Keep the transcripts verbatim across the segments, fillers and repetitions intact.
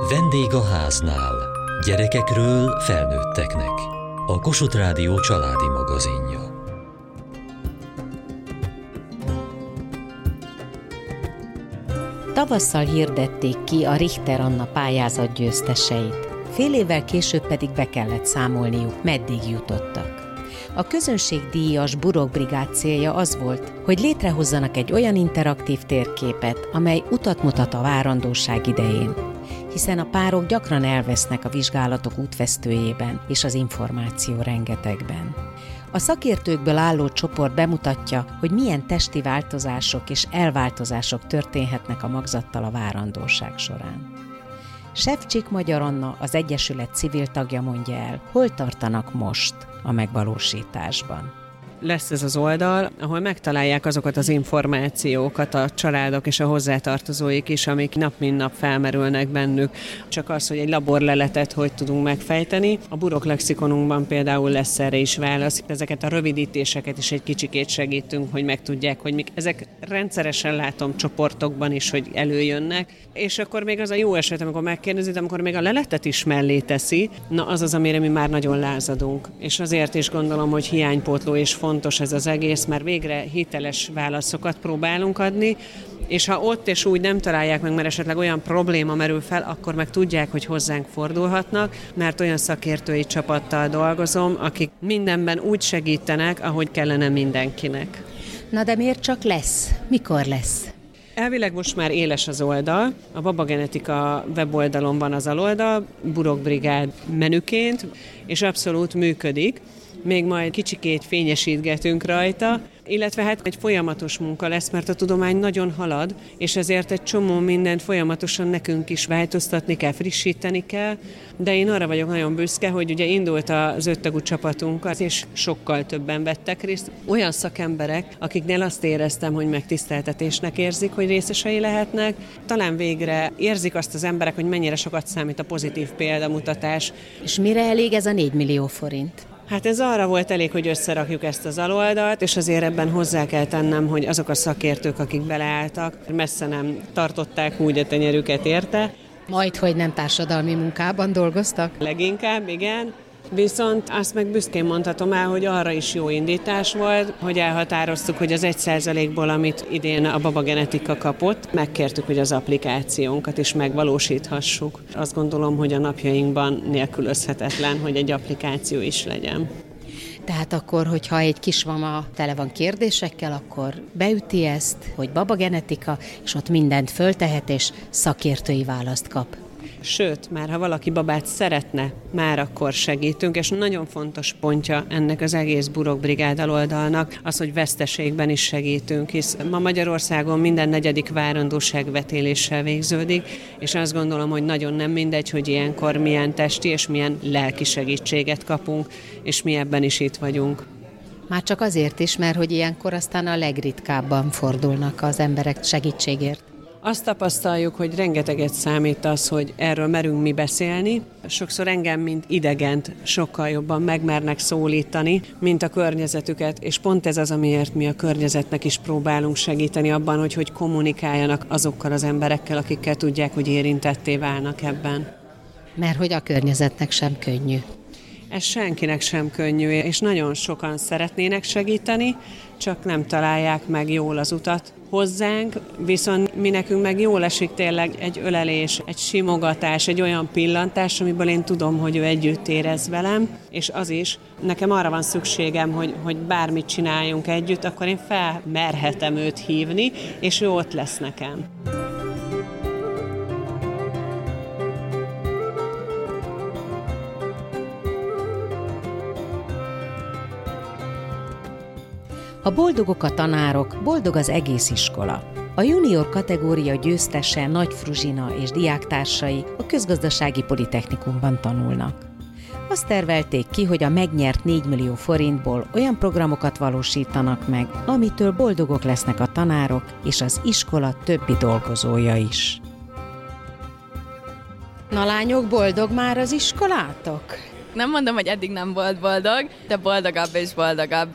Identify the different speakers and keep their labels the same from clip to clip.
Speaker 1: Vendég a háznál. Gyerekekről felnőtteknek. A Kossuth Rádió családi magazinja.
Speaker 2: Tavasszal hirdették ki a Richter Anna pályázat győzteseit. Fél évvel később pedig be kellett számolniuk, meddig jutottak. A közönségdíjas Burokbrigád célja az volt, hogy létrehozzanak egy olyan interaktív térképet, amely utat mutat a várandóság idején, hiszen a párok gyakran elvesznek a vizsgálatok útvesztőjében és az információ rengetegben. A szakértőkből álló csoport bemutatja, hogy milyen testi változások és elváltozások történhetnek a magzattal a várandóság során. Sevcsik Magyar Anna, az Egyesület civil tagja mondja el, hol tartanak most a megvalósításban.
Speaker 3: Lesz ez az oldal, ahol megtalálják azokat az információkat a családok és a hozzátartozóik is, amik nap mint nap felmerülnek bennük. Csak az, hogy egy laborleletet hogy tudunk megfejteni. A Burok lexikonunkban például lesz erre is válasz. Ezeket a rövidítéseket is egy kicsikét segítünk, hogy megtudják, hogy mik. Ezek rendszeresen látom csoportokban is, hogy előjönnek. És akkor még az a jó eset, amikor megkérdezi, amikor még a leletet is mellé teszi, na az az, amire mi már nagyon lázadunk. És azért is gondolom, hogy hiánypótló és fontos ez az egész, mert végre hiteles válaszokat próbálunk adni, és ha ott és úgy nem találják meg, mert esetleg olyan probléma merül fel, akkor meg tudják, hogy hozzánk fordulhatnak, mert olyan szakértői csapattal dolgozom, akik mindenben úgy segítenek, ahogy kellene mindenkinek.
Speaker 2: Na de miért csak lesz? Mikor lesz?
Speaker 3: Elvileg most már éles az oldal, a Babagenetika weboldalon van az aloldal, Burokbrigád menüként, és abszolút működik. Még majd kicsikét fényesítgetünk rajta, illetve hát egy folyamatos munka lesz, mert a tudomány nagyon halad, és ezért egy csomó mindent folyamatosan nekünk is változtatni kell, frissíteni kell, de én arra vagyok nagyon büszke, hogy ugye indult az öttagú csapatunk, és sokkal többen vettek részt. Olyan szakemberek, akiknél azt éreztem, hogy megtiszteltetésnek érzik, hogy részesei lehetnek. Talán végre érzik azt az emberek, hogy mennyire sokat számít a pozitív példamutatás.
Speaker 2: És mire elég ez a négy millió forint?
Speaker 3: Hát ez arra volt elég, hogy összerakjuk ezt az aloldalt, és azért ebben hozzá kell tennem, hogy azok a szakértők, akik beleálltak, messze nem tartották úgy a tenyerüket érte.
Speaker 2: Majd, hogy nem társadalmi munkában dolgoztak?
Speaker 3: Leginkább, igen. Viszont azt meg büszkén mondhatom el, hogy arra is jó indítás volt, hogy elhatároztuk, hogy az egy százalékból, amit idén a Babagenetika kapott, megkértük, hogy az applikációnkat is megvalósíthassuk. Azt gondolom, hogy a napjainkban nélkülözhetetlen, hogy egy applikáció is legyen.
Speaker 2: Tehát akkor, hogyha egy kis mama tele van kérdésekkel, akkor beüti ezt, hogy Babagenetika, és ott mindent föltehet, és szakértői választ kap.
Speaker 3: Sőt, már ha valaki babát szeretne, már akkor segítünk, és nagyon fontos pontja ennek az egész Burokbrigád aloldalnak az, hogy veszteségben is segítünk, hisz ma Magyarországon minden negyedik várandóság vetéléssel végződik, és azt gondolom, hogy nagyon nem mindegy, hogy ilyenkor milyen testi és milyen lelki segítséget kapunk, és mi ebben is itt vagyunk.
Speaker 2: Már csak azért is, mert hogy ilyenkor aztán a legritkábban fordulnak az emberek segítségért.
Speaker 3: Azt tapasztaljuk, hogy rengeteget számít az, hogy erről merünk mi beszélni. Sokszor engem, mint idegent sokkal jobban megmernek szólítani, mint a környezetüket, és pont ez az, amiért mi a környezetnek is próbálunk segíteni abban, hogy hogy kommunikáljanak azokkal az emberekkel, akikkel tudják, hogy érintetté válnak ebben.
Speaker 2: Mert hogy a környezetnek sem könnyű.
Speaker 3: Ez senkinek sem könnyű, és nagyon sokan szeretnének segíteni, csak nem találják meg jól az utat hozzánk, viszont mi nekünk meg jól esik tényleg egy ölelés, egy simogatás, egy olyan pillantás, amiből én tudom, hogy ő együtt érez velem, és az is, nekem arra van szükségem, hogy, hogy bármit csináljunk együtt, akkor én felmerhetem őt hívni, és ő ott lesz nekem.
Speaker 2: Ha boldogok a tanárok, boldog az egész iskola. A junior kategória győztese Nagy Fruzsina és diáktársai a Közgazdasági Politechnikumban tanulnak. Azt tervelték ki, hogy a megnyert négy millió forintból olyan programokat valósítanak meg, amitől boldogok lesznek a tanárok és az iskola többi dolgozója is. Na lányok, boldog már az iskolátok?
Speaker 4: Nem mondom, hogy eddig nem volt boldog, de boldogabb és boldogabb.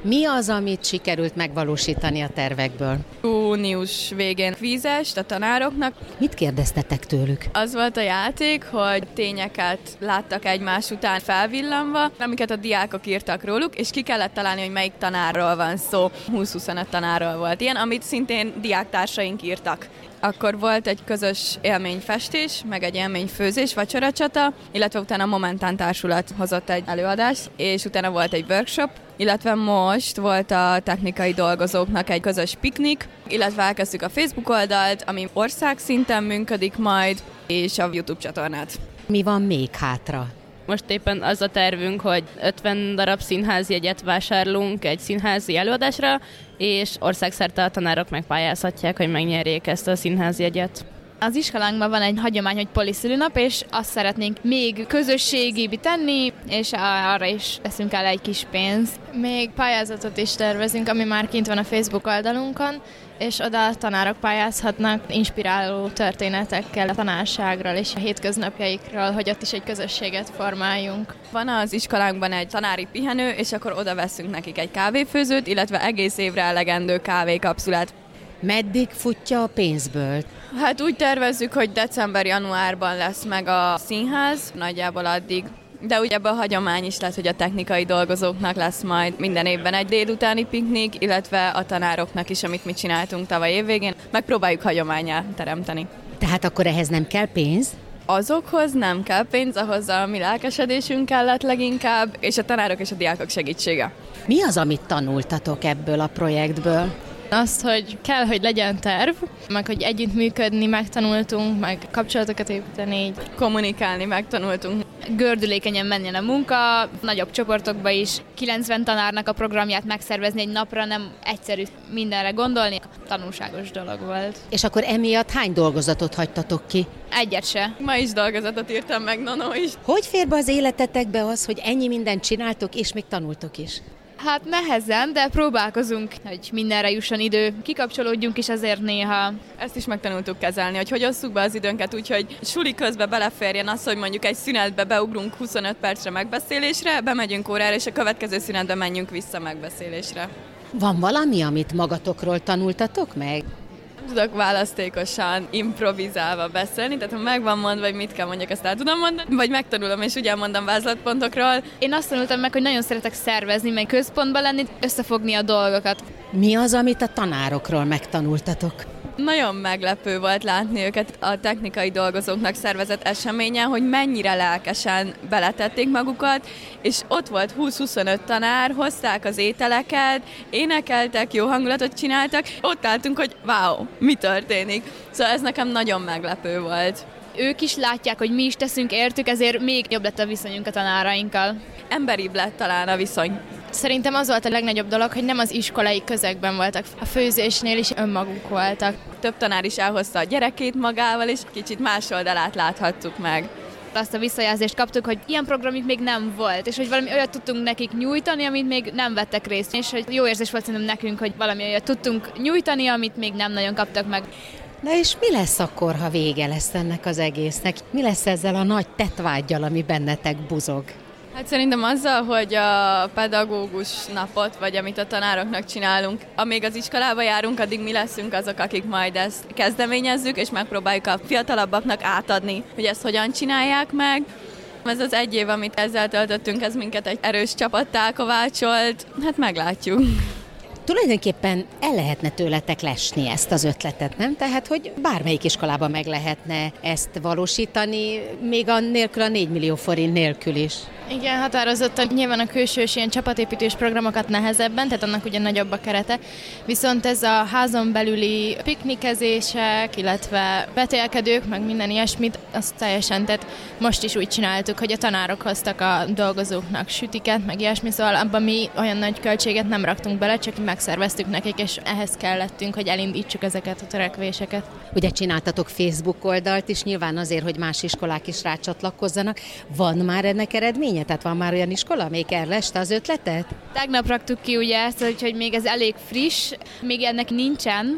Speaker 2: Mi az, amit sikerült megvalósítani a tervekből?
Speaker 4: Június végén kvízest a tanároknak.
Speaker 2: Mit kérdeztetek tőlük?
Speaker 4: Az volt a játék, hogy tényeket láttak egymás után felvillanva, amiket a diákok írtak róluk, és ki kellett találni, hogy melyik tanárról van szó. húsz-huszonöt tanárról volt ilyen, amit szintén diáktársaink írtak. Akkor volt egy közös élményfestés, meg egy élményfőzés, vacsoracsata, illetve utána a Momentán Társulat hozott egy előadást, és utána volt egy workshop, illetve most volt a technikai dolgozóknak egy közös piknik, illetve elkezdtük a Facebook oldalt, ami országszinten működik majd, és a YouTube csatornát.
Speaker 2: Mi van még hátra?
Speaker 5: Most éppen az a tervünk, hogy ötven darab színházi jegyet vásárlunk egy színházi előadásra, és országszerte a tanárok megpályázhatják, hogy megnyerjék ezt a színházi jegyet.
Speaker 6: Az iskolánkban van egy hagyomány, hogy poliszülőnap, és azt szeretnénk még közösségibbé tenni, és arra is veszünk el egy kis pénzt. Még pályázatot is tervezünk, ami már kint van a Facebook oldalunkon, és oda a tanárok pályázhatnak inspiráló történetekkel a tanárságról és a hétköznapjaikról, hogy ott is egy közösséget formáljunk.
Speaker 4: Van az iskolánkban egy tanári pihenő, és akkor oda veszünk nekik egy kávéfőzőt, illetve egész évre elegendő kávékapszulát.
Speaker 2: Meddig futja a pénzből?
Speaker 4: Hát úgy tervezzük, hogy december-januárban lesz meg a színház, nagyjából addig. De ugye ebben a hagyomány is lesz, hogy a technikai dolgozóknak lesz majd minden évben egy délutáni piknik, illetve a tanároknak is, amit mi csináltunk tavaly évvégén. Megpróbáljuk hagyományát teremteni.
Speaker 2: Tehát akkor ehhez nem kell pénz?
Speaker 4: Azokhoz nem kell pénz, ahhoz a mi lelkesedésünk kellett leginkább, és a tanárok és a diákok segítsége.
Speaker 2: Mi az, amit tanultatok ebből a projektből?
Speaker 6: Azt, hogy kell, hogy legyen terv, meg hogy együttműködni megtanultunk, meg kapcsolatokat építeni.
Speaker 4: Kommunikálni megtanultunk.
Speaker 6: Gördülékenyen menjen a munka, nagyobb csoportokba is. kilencven tanárnak a programját megszervezni egy napra nem egyszerű mindenre gondolni. Tanulságos dolog volt.
Speaker 2: És akkor emiatt hány dolgozatot hagytatok ki?
Speaker 6: Egyet se.
Speaker 4: Ma is dolgozatot írtam meg, Nono is.
Speaker 2: Hogy fér be az életetekbe az, hogy ennyi mindent csináltok, és még tanultok is?
Speaker 6: Hát nehezen, de próbálkozunk, hogy mindenre jusson idő, kikapcsolódjunk is azért néha.
Speaker 4: Ezt is megtanultuk kezelni, hogy hogy osszuk be az időnket úgy, hogy suli közben beleférjen az, hogy mondjuk egy szünetbe beugrunk huszonöt percre megbeszélésre, bemegyünk órára, és a következő szünetbe menjünk vissza megbeszélésre.
Speaker 2: Van valami, amit magatokról tanultatok meg?
Speaker 4: Tudok választékosan, improvizálva beszélni, tehát ha meg van mondva, hogy mit kell mondjak, azt el tudom mondani, vagy megtanulom, és ugye mondom vázlatpontokról.
Speaker 6: Én azt tanultam meg, hogy nagyon szeretek szervezni, meg központban lenni, összefogni a dolgokat.
Speaker 2: Mi az, amit a tanárokról megtanultatok?
Speaker 4: Nagyon meglepő volt látni őket a technikai dolgozóknak szervezett eseményen, hogy mennyire lelkesen beletették magukat, és ott volt húsz-huszonöt tanár, hozták az ételeket, énekeltek, jó hangulatot csináltak, ott álltunk, hogy wow, mi történik. Szóval ez nekem nagyon meglepő volt.
Speaker 6: Ők is látják, hogy mi is teszünk értük, ezért még jobb lett a viszonyunk a tanárainkkal.
Speaker 4: Emberibb lett talán a viszony.
Speaker 6: Szerintem az volt a legnagyobb dolog, hogy nem az iskolai közegben voltak. A főzésnél is önmaguk voltak.
Speaker 4: Több tanár is elhozta a gyerekét magával, és kicsit más oldalát láthattuk meg.
Speaker 6: Azt a visszajelzést kaptuk, hogy ilyen programjuk még nem volt, és hogy valami olyat tudtunk nekik nyújtani, amit még nem vettek részt. És hogy jó érzés volt szerintem nekünk, hogy valami olyat tudtunk nyújtani, amit még nem nagyon kaptak meg.
Speaker 2: Na és mi lesz akkor, ha vége lesz ennek az egésznek? Mi lesz ezzel a nagy tettvággyal, ami bennetek buzog?
Speaker 4: Hát szerintem azzal, hogy a pedagógus napot, vagy amit a tanároknak csinálunk, amíg az iskolába járunk, addig mi leszünk azok, akik majd ezt kezdeményezzük, és megpróbáljuk a fiatalabbaknak átadni, hogy ezt hogyan csinálják meg. Ez az egy év, amit ezzel töltöttünk, ez minket egy erős csapattá kovácsolt, hát meglátjuk.
Speaker 2: Tulajdonképpen el lehetne tőletek lesni ezt az ötletet, nem? Tehát, hogy bármelyik iskolában meg lehetne ezt valósítani, még a nélkül a négy millió forint nélkül is.
Speaker 6: Igen, határozottan nyilván a külsős ilyen csapatépítős programokat nehezebben, tehát annak ugye nagyobb a kerete, viszont ez a házon belüli piknikezések, illetve betélkedők, meg minden ilyesmit, azt teljesen, tehát most is úgy csináltuk, hogy a tanárok hoztak a dolgozóknak sütiket, meg ilyesmi, szóval abban mi olyan nagy költséget nem raktunk bele, csak megszerveztük nekik, és ehhez kellettünk, hogy elindítsuk ezeket a törekvéseket.
Speaker 2: Ugye csináltatok Facebook oldalt is, nyilván azért, hogy más iskolák is rácsatlakozzanak. Van már ennek eredménye? Tehát van már olyan iskola, amelyik elleste az ötletet?
Speaker 6: Tegnap raktuk ki ugye ezt, hogy még ez elég friss, még ennek nincsen,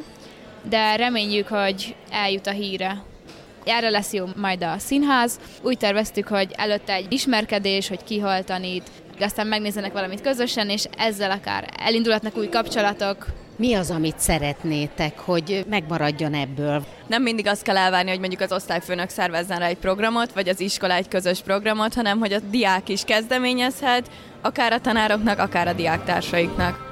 Speaker 6: de reményjük, hogy eljut a híre. Erre lesz jó majd a színház. Úgy terveztük, hogy előtte egy ismerkedés, hogy ki hol tanít, aztán megnézzenek valamit közösen, és ezzel akár elindulhatnak új kapcsolatok.
Speaker 2: Mi az, amit szeretnétek, hogy megmaradjon ebből?
Speaker 4: Nem mindig azt kell elvárni, hogy mondjuk az osztályfőnök szervezzen rá egy programot, vagy az iskola egy közös programot, hanem hogy a diák is kezdeményezhet, akár a tanároknak, akár a diáktársaiknak.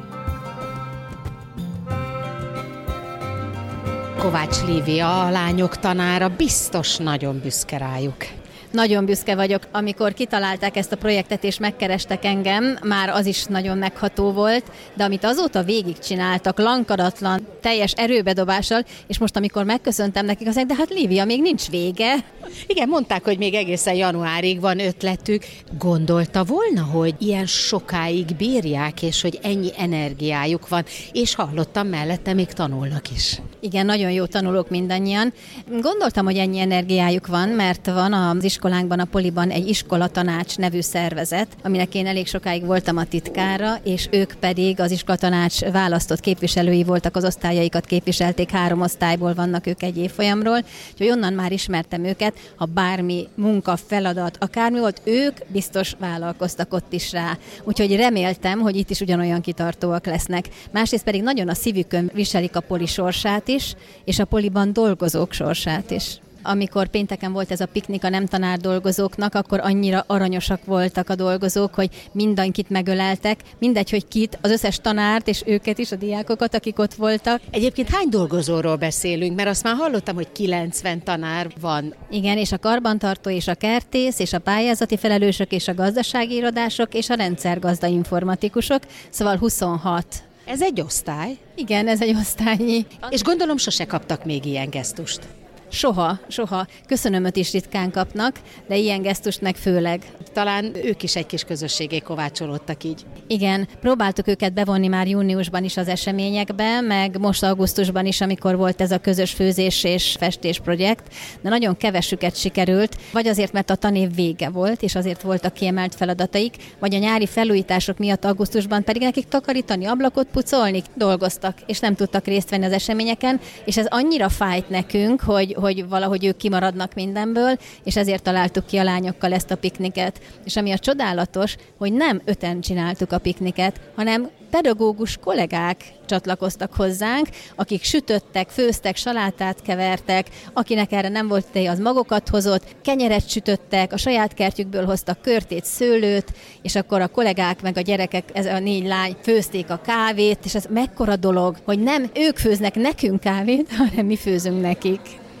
Speaker 2: Kovács Lívia, a lányok tanára, biztos nagyon büszke rájuk.
Speaker 7: Nagyon büszke vagyok. Amikor kitalálták ezt a projektet és megkerestek engem, már az is nagyon megható volt, de amit azóta végigcsináltak, lankadatlan, teljes erőbedobással, és most amikor megköszöntem nekik, azt mondják, de hát Lívia, még nincs vége.
Speaker 2: Igen, mondták, hogy még egészen januárig van ötletük. Gondolta volna, hogy ilyen sokáig bírják, és hogy ennyi energiájuk van, és hallottam mellette, még tanulnak is.
Speaker 7: Igen, nagyon jó tanulók mindannyian. Gondoltam, hogy ennyi energiájuk van, mert van az iskolánkban, a Poliban egy iskolatanács nevű szervezet, aminek én elég sokáig voltam a titkára, és ők pedig az iskolatanács választott képviselői voltak, az osztályaikat képviselték, három osztályból vannak ők egy évfolyamról, úgyhogy onnan már ismertem őket, ha bármi munka, feladat, akármi volt, ők biztos vállalkoztak ott is rá. Úgyhogy reméltem, hogy itt is ugyanolyan kitartóak lesznek. Másrészt pedig nagyon a szívükön viselik a Poli sorsát is, és a Poliban dolgozók sorsát is. Amikor pénteken volt ez a piknik a nem tanár dolgozóknak, akkor annyira aranyosak voltak a dolgozók, hogy mindenkit megöleltek, mindegy, hogy kit, az összes tanárt és őket is, a diákokat, akik ott voltak.
Speaker 2: Egyébként hány dolgozóról beszélünk? Mert azt már hallottam, hogy kilencven tanár van.
Speaker 7: Igen, és a karbantartó, és a kertész, és a pályázati felelősök, és a gazdasági irodások, és a rendszergazda informatikusok, szóval huszonhat.
Speaker 2: Ez egy osztály?
Speaker 7: Igen, ez egy osztálynyi.
Speaker 2: És gondolom sose kaptak még ilyen gesztust.
Speaker 7: Soha, soha. Köszönömöt is ritkán kapnak, de ilyen gesztust meg főleg.
Speaker 2: Talán ők is egy kis közösségé kovácsolódtak így.
Speaker 7: Igen, próbáltuk őket bevonni már júniusban is az eseményekbe, meg most augusztusban is, amikor volt ez a közös főzés és festés projekt, de nagyon kevesüket sikerült, vagy azért, mert a tanév vége volt, és azért voltak kiemelt feladataik, vagy a nyári felújítások miatt augusztusban pedig nekik takarítani, ablakot pucolni dolgoztak, és nem tudtak részt venni az eseményeken, és ez annyira fájt nekünk, hogy hogy valahogy ők kimaradnak mindenből, és ezért találtuk ki a lányokkal ezt a pikniket. És ami a csodálatos, hogy nem öten csináltuk a pikniket, hanem pedagógus kollégák csatlakoztak hozzánk, akik sütöttek, főztek, salátát kevertek, akinek erre nem volt ideje, az magokat hozott, kenyeret sütöttek, a saját kertjükből hoztak körtét, szőlőt, és akkor a kollégák meg a gyerekek, ez a négy lány főzték a kávét, és ez mekkora dolog, hogy nem ők főznek nekünk kávét, hanem mi főzünk nekik.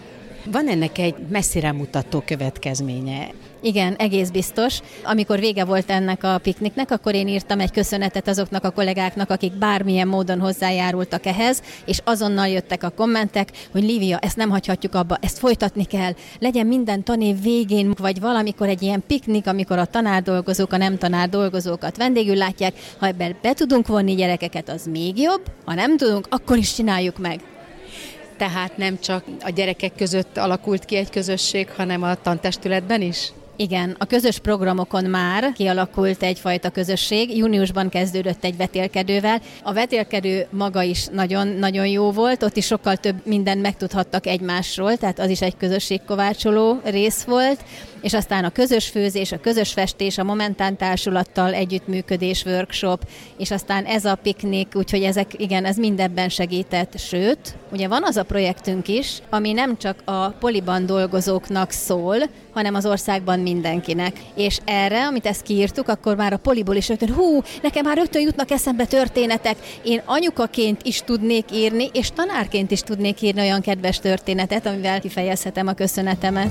Speaker 2: Van ennek egy messzire mutató következménye?
Speaker 7: Igen, egész biztos. Amikor vége volt ennek a pikniknek, akkor én írtam egy köszönetet azoknak a kollégáknak, akik bármilyen módon hozzájárultak ehhez, és azonnal jöttek a kommentek, hogy Lívia, ezt nem hagyhatjuk abba, ezt folytatni kell. Legyen minden tanév végén, vagy valamikor egy ilyen piknik, amikor a tanárdolgozók, a nem tanárdolgozókat vendégül látják. Ha ebben be tudunk vonni gyerekeket, az még jobb. Ha nem tudunk, akkor is csináljuk meg.
Speaker 2: Tehát nem csak a gyerekek között alakult ki egy közösség, hanem a tantestületben is?
Speaker 7: Igen, a közös programokon már kialakult egyfajta közösség. Júniusban kezdődött egy vetélkedővel. A vetélkedő maga is nagyon-nagyon jó volt, ott is sokkal több mindent megtudhattak egymásról, tehát az is egy közösségkovácsoló rész volt, és aztán a közös főzés, a közös festés, a Momentán társulattal együttműködés, workshop, és aztán ez a piknik, úgyhogy ezek, igen, ez mindebben segített. Sőt, ugye van az a projektünk is, ami nem csak a Poliban dolgozóknak szól, hanem az országban mindenkinek. És erre, amit ezt kiírtuk, akkor már a Poliból is rögtön, hú, nekem már rögtön jutnak eszembe történetek. Én anyukaként is tudnék írni, és tanárként is tudnék írni olyan kedves történetet, amivel kifejezhetem a köszönetemet.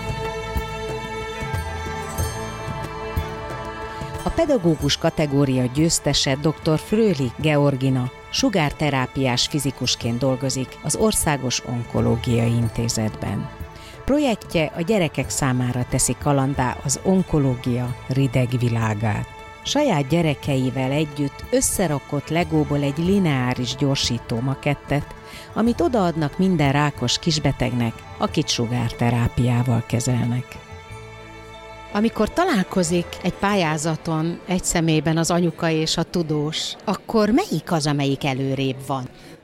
Speaker 2: A pedagógus kategória győztese dr. Fröhlich Georgina sugárterápiás fizikusként dolgozik az Országos Onkológiai Intézetben. Projektje a gyerekek számára teszi kalanddá az onkológia rideg világát. Saját gyerekeivel együtt összerakott legóból egy lineáris gyorsító makettet, amit odaadnak minden rákos kisbetegnek, akit sugárterápiával kezelnek. Amikor találkozik egy pályázaton egy személyben az anyuka és a tudós, akkor melyik az, amelyik előrébb van?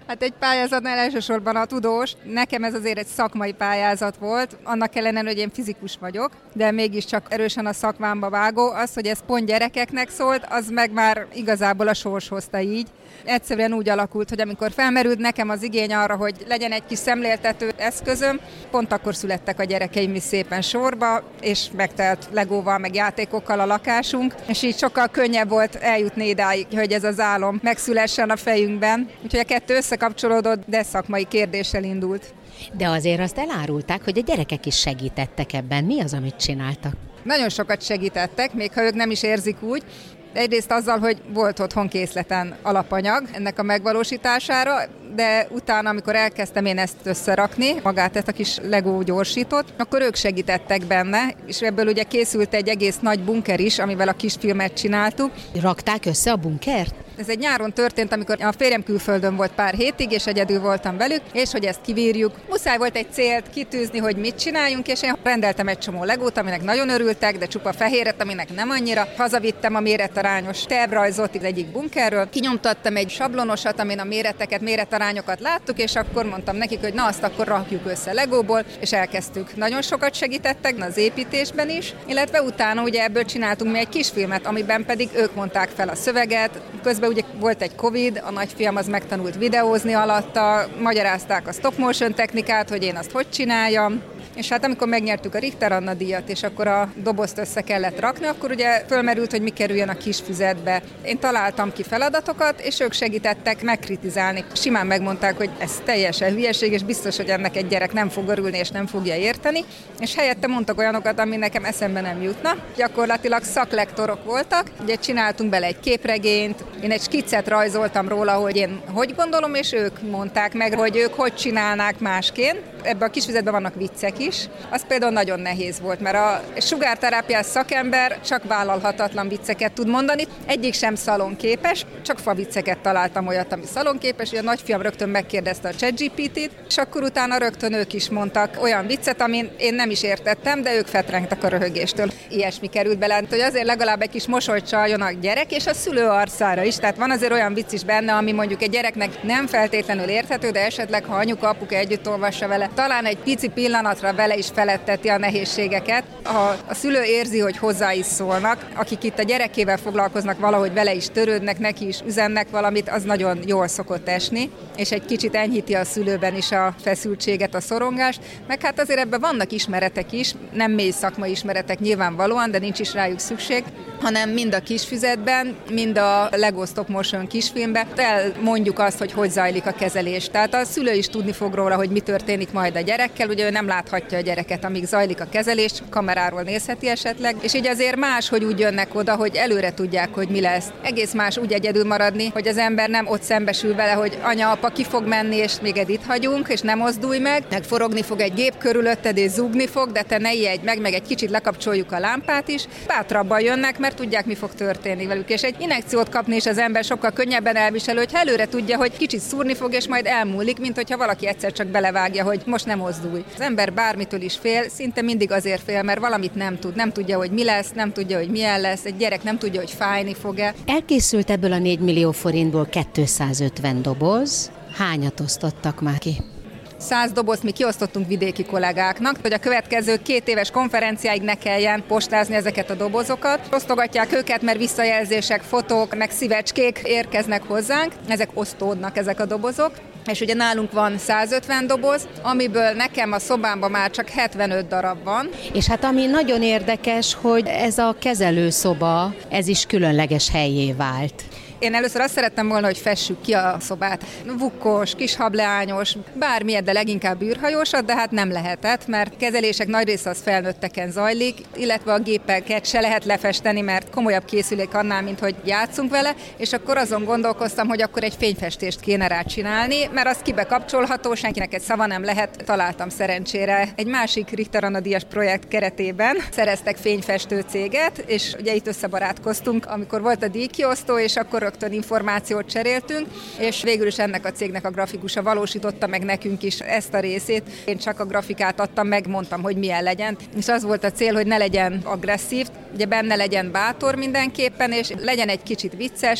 Speaker 8: Hát egy pályázatnál elsősorban a tudós. Nekem ez azért egy szakmai pályázat volt, annak ellenére, hogy én fizikus vagyok, de mégiscsak erősen a szakmámba vágó. Az, hogy ez pont gyerekeknek szólt, az meg már igazából a sors hozta így. Egyszerűen úgy alakult, hogy amikor felmerült nekem az igény arra, hogy legyen egy kis szemléltető eszközöm, pont akkor születtek a gyerekeim is szépen sorba, és megtelt legóval, meg játékokkal a lakásunk, és így sokkal könnyebb volt eljutni idáig, hogy ez az álom megszülessen a fejünkben. Úgyhogy a kettő összekapcsolódott, de szakmai kérdéssel indult.
Speaker 2: De azért azt elárulták, hogy a gyerekek is segítettek ebben. Mi az, amit csináltak?
Speaker 8: Nagyon sokat segítettek, még ha ők nem is érzik úgy. Egyrészt azzal, hogy volt otthon készleten alapanyag ennek a megvalósítására, de utána, amikor elkezdtem én ezt összerakni, magát ezt a kis Lego gyorsítót, akkor ők segítettek benne, és ebből ugye készült egy egész nagy bunker is, amivel a kisfilmet csináltuk.
Speaker 2: Rakták össze a bunkert?
Speaker 8: Ez egy nyáron történt, amikor a férjem külföldön volt pár hétig, és egyedül voltam velük, és hogy ezt kivírjuk. Muszáj volt egy célt kitűzni, hogy mit csináljunk, és én rendeltem egy csomó legót, aminek nagyon örültek, de csupa fehéret, aminek nem annyira. Hazavittem a méretarányos tervrajzot az egyik bunkerről, kinyomtattam egy sablonosat, amin a méreteket, méretarányokat láttuk, és akkor mondtam nekik, hogy na azt akkor rakjuk össze legóból, és elkezdtük. Nagyon sokat segítettek az építésben is, illetve utána ugye ebből csináltunk mi egy kisfilmet, amiben pedig ők mondták fel a szöveget. Közben ugye volt egy Covid, a nagyfiam az megtanult videózni alatta, magyarázták a stop motion technikát, hogy én azt hogy csináljam. És hát amikor megnyertük a Richter Anna díjat, és akkor a dobozt össze kellett rakni, akkor ugye fölmerült, hogy mi kerüljön a kis füzetbe. Én találtam ki feladatokat, és ők segítettek megkritizálni. Simán megmondták, hogy ez teljesen hülyeség, és biztos, hogy ennek egy gyerek nem fog örülni, és nem fogja érteni. És helyette mondtak olyanokat, ami nekem eszembe nem jutna. Gyakorlatilag szaklektorok voltak, ugye csináltunk bele egy képregényt, én egy skiccet rajzoltam róla, hogy én hogy gondolom, és ők mondták meg, hogy ők hogy csinálnák másként. Ebben a kis füzetben vannak viccek is. Az például nagyon nehéz volt, mert a sugárterápiás szakember csak vállalhatatlan vicceket tud mondani. Egyik sem szalonképes, csak fa vicceket találtam olyat, ami szalonképes. Ugye a nagyfiam rögtön megkérdezte a ChatGPT-t, és akkor utána rögtön ők is mondtak olyan viccet, amin én nem is értettem, de ők fetrengtek a röhögéstől. Ilyesmi került bele, hogy azért legalább egy kis mosolyt csaljon a gyerek, és a szülő arcára is. Tehát van azért olyan vicc is benne, ami mondjuk egy gyereknek nem feltétlenül érthető, de esetleg ha anyuka, apuka együtt olvassa vele, talán egy pici pillanatra vele is feletteti a nehézségeket. Ha a szülő érzi, hogy hozzá is szólnak, akik itt a gyerekével foglalkoznak, valahogy vele is törődnek, neki is üzennek valamit, az nagyon jól szokott esni, és egy kicsit enyhíti a szülőben is a feszültséget, a szorongást, meg hát azért ebben vannak ismeretek is, nem mély szakmai ismeretek nyilvánvalóan, de nincs is rájuk szükség, hanem mind a kisfüzetben, mind a Lego Stop Motion kisfilmben elmondjuk azt, hogy hogy zajlik a kezelés. Tehát a szülő is tudni fog róla, hogy mi történik majd a gyerekkel, ugye ő nem láthatja a gyereket, amíg zajlik a kezelés, kameráról nézheti esetleg, és így azért más, hogy úgy jönnek oda, hogy előre tudják, hogy mi lesz. Egész más úgy egyedül maradni, hogy az ember nem ott szembesül vele, hogy anya, apa, ki fog menni, és még itt hagyunk, és nem mozdulj meg, meg forogni fog egy gép körülötted, és zúgni fog, de te ne ijedj meg, meg egy kicsit lekapcsoljuk a lámpát is. Bátrabban jönnek, mert tudják, mi fog történni velük. És egy injekciót kapni is az ember sokkal könnyebben elviselő, hogy előre tudja, hogy kicsit szúrni fog, és majd elmúlik, mint hogyha valaki egyszer csak belevágja, hogy most nem mozdulj. Az ember bármitől is fél, szinte mindig azért fél, mert valamit nem tud. Nem tudja, hogy mi lesz, nem tudja, hogy milyen lesz. Egy gyerek nem tudja, hogy fájni fog-e.
Speaker 2: Elkészült ebből a négy millió forintból kétszázötven doboz. Hányat osztottak már ki?
Speaker 8: Száz dobozt mi kiosztottunk vidéki kollégáknak, hogy a következő két éves konferenciáig ne kelljen postázni ezeket a dobozokat. Osztogatják őket, mert visszajelzések, fotók, meg szívecskék érkeznek hozzánk. Ezek osztódnak, ezek a dobozok. És ugye nálunk van százötven doboz, amiből nekem a szobámban már csak hetvenöt darab van.
Speaker 2: És hát ami nagyon érdekes, hogy ez a kezelőszoba, ez is különleges helyé vált.
Speaker 8: Én először azt szerettem volna, hogy fessük ki a szobát. Vukkos, kis hableányos, bármilyen, de leginkább űrhajósat, de hát nem lehetett, mert kezelések nagy része az felnőtteken zajlik, illetve a gépeket se lehet lefesteni, mert komolyabb készülék annál, mint hogy játszunk vele, és akkor azon gondolkoztam, hogy akkor egy fényfestést kéne rá csinálni, mert az kibekapcsolható, senkinek egy szava nem lehet. Találtam szerencsére egy másik Richter Anna díjas projekt keretében. Szereztek fényfestő céget, és ugye itt összebarátkoztunk, amikor volt a díjkiosztó, és akkor rögtön információt cseréltünk, és végül is ennek a cégnek a grafikusa valósította meg nekünk is ezt a részét. Én csak a grafikát adtam, megmondtam, hogy milyen legyen, és az volt a cél, hogy ne legyen agresszív, ugye benne legyen bátor mindenképpen, és legyen egy kicsit vicces,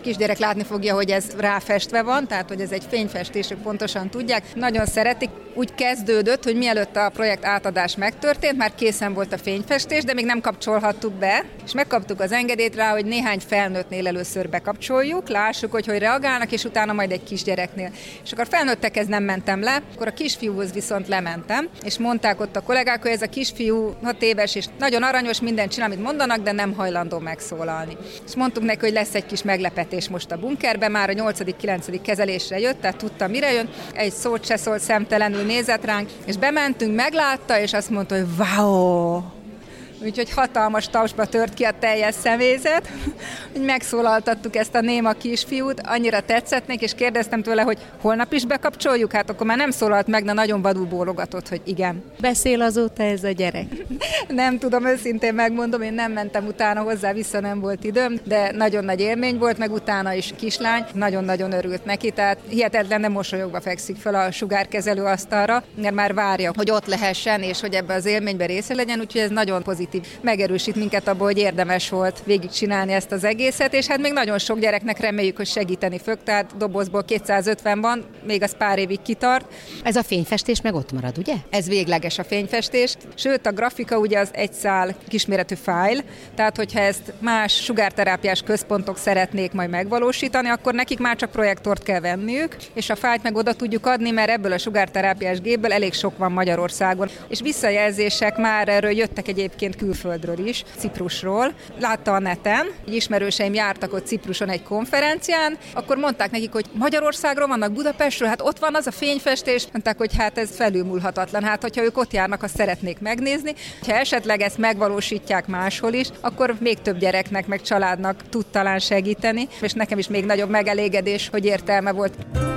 Speaker 8: kisgyerek látni fogja, hogy ez ráfestve van, tehát hogy ez egy fényfestés, ők pontosan tudják. Nagyon szeretik. Úgy kezdődött, hogy mielőtt a projekt átadás megtörtént, már készen volt a fényfestés, de még nem kapcsolhattuk be, és megkaptuk az engedélyt rá, hogy néhány felnőttnél először bekapcsoljuk, lássuk, hogy hogy reagálnak, és utána majd egy kisgyereknél. És akkor felnőttekhez nem mentem le, akkor a kisfiúhoz viszont lementem, és mondták ott a kollégák, hogy ez a kisfiú hat éves, és nagyon aranyos, mindent csinál, amit mondanak, de nem hajlandó megszólalni. És mondtuk neki, hogy lesz egy kis meglepetés most a bunkerben, már a nyolcadik-kilencedik kezelésre jött, tehát tudta, mire jön, egy szót se szólt, szemtelenül nézett ránk, és bementünk, meglátta, és azt mondta, hogy wow! Úgyhogy hatalmas tapsba tört ki a teljes személyzet, hogy megszólaltattuk ezt a néma kisfiút, annyira tetszett neki, és kérdeztem tőle, hogy holnap is bekapcsoljuk, hát akkor már nem szólalt meg, de nagyon vadul bólogatott, hogy igen.
Speaker 2: Beszél azóta ez a gyerek?
Speaker 8: Nem tudom, őszintén megmondom, én nem mentem utána hozzá, vissza nem volt időm, de nagyon nagy élmény volt, meg utána is kislány, nagyon-nagyon örült neki, tehát hihetetlen nem mosolyogva fekszik fel a sugárkezelő asztalra, mert már várja, hogy ott lehessen, és hogy ebbe az élménybe része legyen, úgyhogy ez nagyon pozitív. Megerősít minket abból, hogy érdemes volt végigcsinálni ezt az egészet, és hát még nagyon sok gyereknek reméljük, hogy segíteni fog, tehát dobozból kétszázötven van, még az pár évig kitart.
Speaker 2: Ez a fényfestés meg ott marad, ugye?
Speaker 8: Ez végleges a fényfestés, sőt a grafika ugye az egy szál kisméretű fájl, tehát hogyha ezt más sugárterápiás központok szeretnék majd megvalósítani, akkor nekik már csak projektort kell venniük, és a fájlt meg oda tudjuk adni, mert ebből a sugárterápiás gépből elég sok van Magyarországon, és visszajelzések már erről jöttek egyébként külföldről is, Ciprusról. Látta a neten, egy ismerőseim jártak ott Cipruson egy konferencián, akkor mondták nekik, hogy Magyarországról vannak, Budapestről, hát ott van az a fényfestés, mondták, hogy hát ez felülmúlhatatlan, hát hogyha ők ott járnak, azt szeretnék megnézni. Ha esetleg ezt megvalósítják máshol is, akkor még több gyereknek, meg családnak tud talán segíteni, és nekem is még nagyobb megelégedés, hogy értelme volt.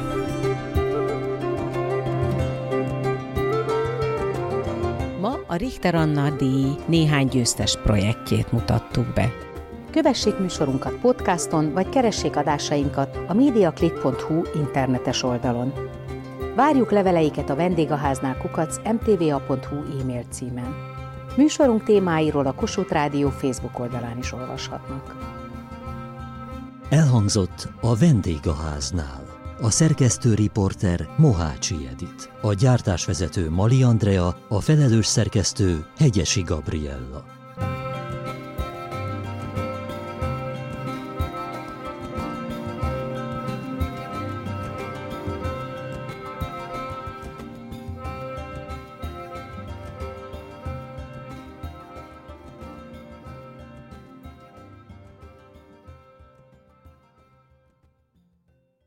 Speaker 2: Ma a Richter Anna díj néhány győztes projektjét mutattuk be. Kövessék műsorunkat podcaston, vagy keressék adásainkat a mediaclick pont hu internetes oldalon. Várjuk leveleiket a vendégháznál kukac em té vé á pont hu e-mail címen. Műsorunk témáiról a Kossuth Rádió Facebook oldalán is olvashatnak.
Speaker 1: Elhangzott a vendégháznál. A szerkesztő riporter Mohácsi Edit, a gyártásvezető Mali Andrea, a felelős szerkesztő Hegyesi Gabriella.